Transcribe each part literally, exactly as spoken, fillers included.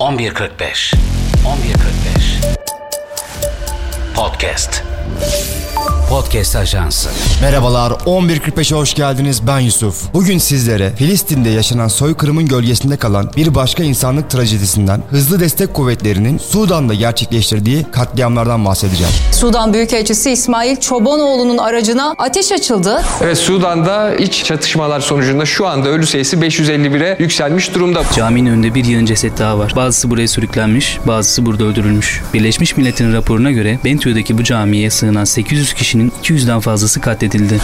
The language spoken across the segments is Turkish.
on bir kırk beş on bir kırk beş Podcast Podcast Ajansı. Merhabalar, on bir kırk beşe hoş geldiniz. Ben Yusuf. Bugün sizlere Filistin'de yaşanan soykırımın gölgesinde kalan bir başka insanlık trajedisinden, Hızlı Destek Kuvvetleri'nin Sudan'da gerçekleştirdiği katliamlardan bahsedeceğim. Sudan Büyükelçisi İsmail Çobanoğlu'nun aracına ateş açıldı. Evet, Sudan'da iç çatışmalar sonucunda şu anda ölü sayısı beş yüz elli bire yükselmiş durumda. Caminin önünde bir yığın ceset daha var. Bazısı buraya sürüklenmiş, bazısı burada öldürülmüş. Birleşmiş Milletler'in raporuna göre Bentü'deki bu camiye sığınan sekiz yüz kişinin iki yüzden fazlası katledildi.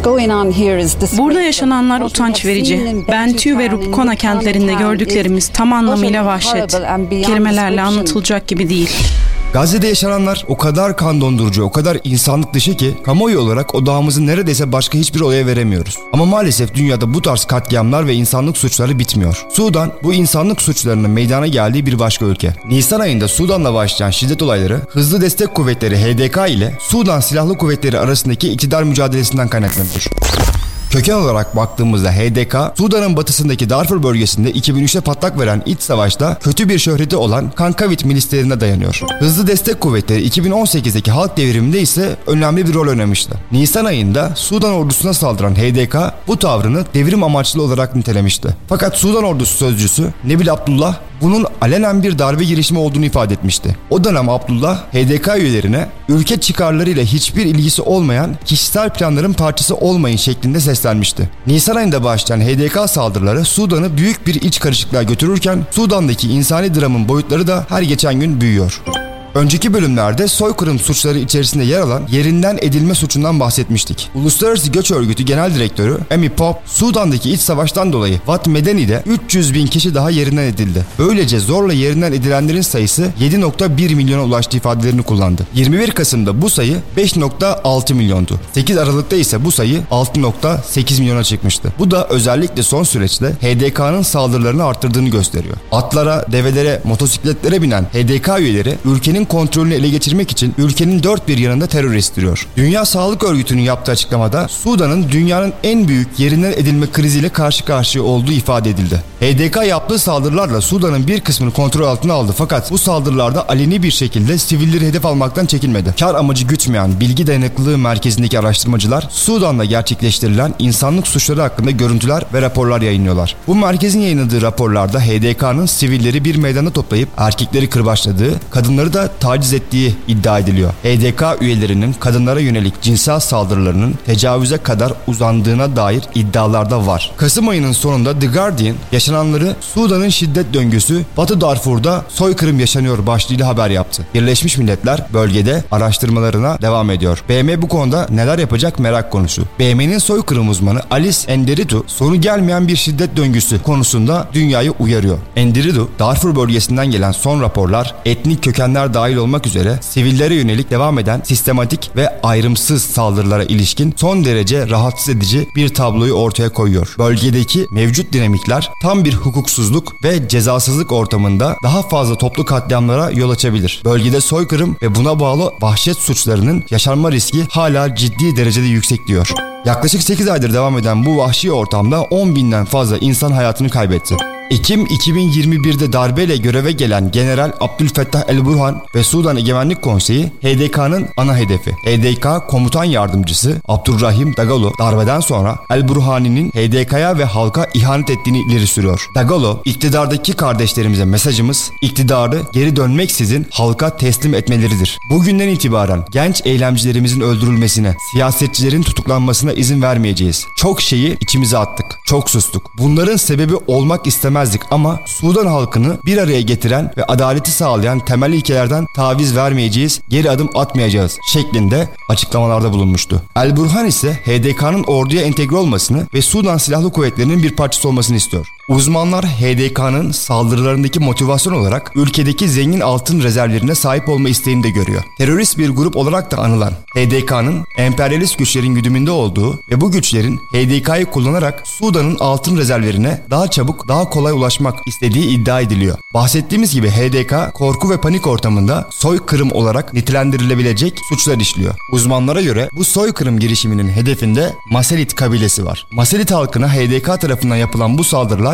Burada yaşananlar utanç verici. Bentü ve Rubicona kentlerinde gördüklerimiz tam anlamıyla vahşet. Kelimelerle anlatılacak gibi değil. Gazze'de yaşananlar o kadar kan dondurucu, o kadar insanlık dışı ki kamuoyu olarak odağımızı neredeyse başka hiçbir olaya veremiyoruz. Ama maalesef dünyada bu tarz katliamlar ve insanlık suçları bitmiyor. Sudan bu insanlık suçlarının meydana geldiği bir başka ülke. Nisan ayında Sudan'la başlayan şiddet olayları Hızlı Destek Kuvvetleri H D K ile Sudan Silahlı Kuvvetleri arasındaki iktidar mücadelesinden kaynaklanıyor. Köken olarak baktığımızda H D K, Sudan'ın batısındaki Darfur bölgesinde iki bin üçte patlak veren iç savaşta kötü bir şöhreti olan Kankavit milislerine dayanıyor. Hızlı Destek Kuvvetleri iki bin on sekizdeki halk devriminde ise önemli bir rol oynamıştı. Nisan ayında Sudan ordusuna saldıran H D K bu tavrını devrim amaçlı olarak nitelemişti. Fakat Sudan ordusu sözcüsü Nebil Abdullah bunun alenen bir darbe girişimi olduğunu ifade etmişti. O dönem Abdullah, H D K üyelerine ülke çıkarlarıyla hiçbir ilgisi olmayan kişisel planların parçası olmayın şeklinde seslenmişti. Nisan ayında başlayan H D K saldırıları Sudan'ı büyük bir iç karışıklığa götürürken Sudan'daki insani dramın boyutları da her geçen gün büyüyor. Önceki bölümlerde soykırım suçları içerisinde yer alan yerinden edilme suçundan bahsetmiştik. Uluslararası Göç Örgütü Genel Direktörü Amy Pope, Sudan'daki iç savaştan dolayı Vat Medeni'de üç yüz bin kişi daha yerinden edildi. Böylece zorla yerinden edilenlerin sayısı yedi nokta bir milyona ulaştığı ifadelerini kullandı. yirmi bir Kasım'da bu sayı beş nokta altı milyondu. sekiz Aralık'ta ise bu sayı altı nokta sekiz milyona çıkmıştı. Bu da özellikle son süreçte H D K'nın saldırılarını arttırdığını gösteriyor. Atlara, develere, motosikletlere binen H D K üyeleri ülkenin kontrolünü ele geçirmek için ülkenin dört bir yanında terör estiriyor. Dünya Sağlık Örgütü'nün yaptığı açıklamada Sudan'ın dünyanın en büyük yerinden edilme kriziyle karşı karşıya olduğu ifade edildi. H D K yaptığı saldırılarla Sudan'ın bir kısmını kontrol altına aldı fakat bu saldırılarda aleni bir şekilde sivilleri hedef almaktan çekinmedi. Kar amacı gütmeyen Bilgi Dayanıklılığı Merkezi'ndeki araştırmacılar Sudan'da gerçekleştirilen insanlık suçları hakkında görüntüler ve raporlar yayınlıyorlar. Bu merkezin yayınladığı raporlarda H D K'nın sivilleri bir meydanda toplayıp erkekleri kırbaçladığı, kadınları da taciz ettiği iddia ediliyor. H D K üyelerinin kadınlara yönelik cinsel saldırılarının tecavüze kadar uzandığına dair iddialar da var. Kasım ayının sonunda The Guardian yaşananları Sudan'ın şiddet döngüsü Batı Darfur'da soykırım yaşanıyor başlığıyla haber yaptı. Birleşmiş Milletler bölgede araştırmalarına devam ediyor. B M bu konuda neler yapacak merak konusu. B M'nin soykırım uzmanı Alice Enderitu sonu gelmeyen bir şiddet döngüsü konusunda dünyayı uyarıyor. Enderitu, Darfur bölgesinden gelen son raporlar etnik kökenler dahil olmak üzere sivillere yönelik devam eden sistematik ve ayrımsız saldırılara ilişkin son derece rahatsız edici bir tabloyu ortaya koyuyor. Bölgedeki mevcut dinamikler tam bir hukuksuzluk ve cezasızlık ortamında daha fazla toplu katliamlara yol açabilir. Bölgede soykırım ve buna bağlı vahşet suçlarının yaşanma riski hala ciddi derecede yüksek diyor. Yaklaşık sekiz aydır devam eden bu vahşi ortamda on binden fazla insan hayatını kaybetti. Ekim iki bin yirmi birde darbeyle göreve gelen General Abdülfettah el-Burhan ve Sudan Egemenlik Konseyi H D K'nın ana hedefi. H D K Komutan Yardımcısı Abdurrahim Dagalo darbeden sonra el-Burhani'nin H D K'ya ve halka ihanet ettiğini ileri sürüyor. Dagalo, iktidardaki kardeşlerimize mesajımız iktidarı geri dönmeksizin halka teslim etmeleridir. Bugünden itibaren genç eylemcilerimizin öldürülmesine, siyasetçilerin tutuklanmasına izin vermeyeceğiz. Çok şeyi içimize attık, çok sustuk. Bunların sebebi olmak istemez ama Sudan halkını bir araya getiren ve adaleti sağlayan temel ilkelerden taviz vermeyeceğiz, geri adım atmayacağız şeklinde açıklamalarda bulunmuştu. El-Burhan ise H D K'nın orduya entegre olmasını ve Sudan Silahlı Kuvvetleri'nin bir parçası olmasını istiyor. Uzmanlar H D K'nın saldırılarındaki motivasyon olarak ülkedeki zengin altın rezervlerine sahip olma isteğini de görüyor. Terörist bir grup olarak da anılan H D K'nın emperyalist güçlerin güdümünde olduğu ve bu güçlerin H D K'yı kullanarak Sudan'ın altın rezervlerine daha çabuk, daha kolay ulaşmak istediği iddia ediliyor. Bahsettiğimiz gibi H D K korku ve panik ortamında soykırım olarak nitelendirilebilecek suçlar işliyor. Uzmanlara göre bu soykırım girişiminin hedefinde Masalit kabilesi var. Masalit halkına H D K tarafından yapılan bu saldırılar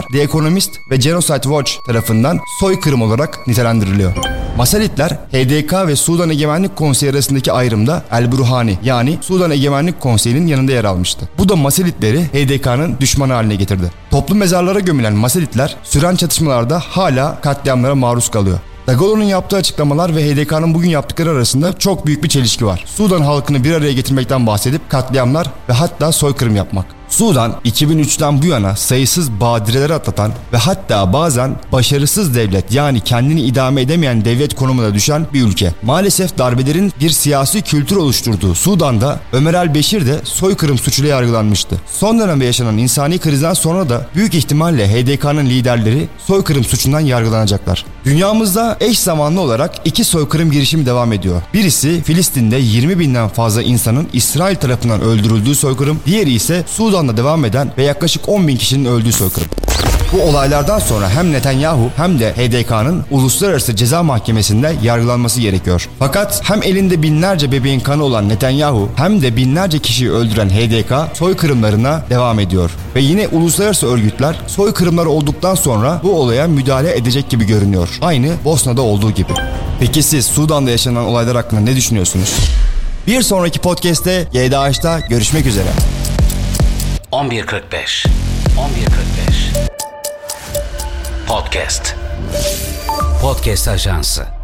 The Economist ve Genocide Watch tarafından soykırım olarak nitelendiriliyor. Maselitler H D K ve Sudan Egemenlik Konseyi arasındaki ayrımda El Burhani yani Sudan Egemenlik Konseyi'nin yanında yer almıştı. Bu da Maselitleri H D K'nın düşmanı haline getirdi. Toplu mezarlara gömülen Maselitler süren çatışmalarda hala katliamlara maruz kalıyor. Dagalo'nun yaptığı açıklamalar ve H D K'nın bugün yaptıkları arasında çok büyük bir çelişki var. Sudan halkını bir araya getirmekten bahsedip katliamlar ve hatta soykırım yapmak. Sudan iki bin üçten bu yana sayısız badireler atlatan ve hatta bazen başarısız devlet yani kendini idame edemeyen devlet konumuna düşen bir ülke. Maalesef darbelerin bir siyasi kültür oluşturduğu Sudan'da Ömer el-Beşir de soykırım suçuyla yargılanmıştı. Son dönemde yaşanan insani krizden sonra da büyük ihtimalle H D K'nın liderleri soykırım suçundan yargılanacaklar. Dünyamızda eş zamanlı olarak iki soykırım girişimi devam ediyor. Birisi Filistin'de yirmi binden fazla insanın İsrail tarafından öldürüldüğü soykırım, diğeri ise Sudan'da devam eden ve yaklaşık on bin kişinin öldüğü soykırım. Bu olaylardan sonra hem Netanyahu hem de H D K'nın Uluslararası Ceza Mahkemesi'nde yargılanması gerekiyor. Fakat hem elinde binlerce bebeğin kanı olan Netanyahu hem de binlerce kişiyi öldüren H D K soykırımlarına devam ediyor. Ve yine uluslararası örgütler soykırımlar olduktan sonra bu olaya müdahale edecek gibi görünüyor. Aynı Bosna'da olduğu gibi. Peki siz Sudan'da yaşanan olaylar hakkında ne düşünüyorsunuz? Bir sonraki podcast'te Y D H'ta görüşmek üzere. on bir kırk beş on bir kırk beş Podcast Podcast Ajansı.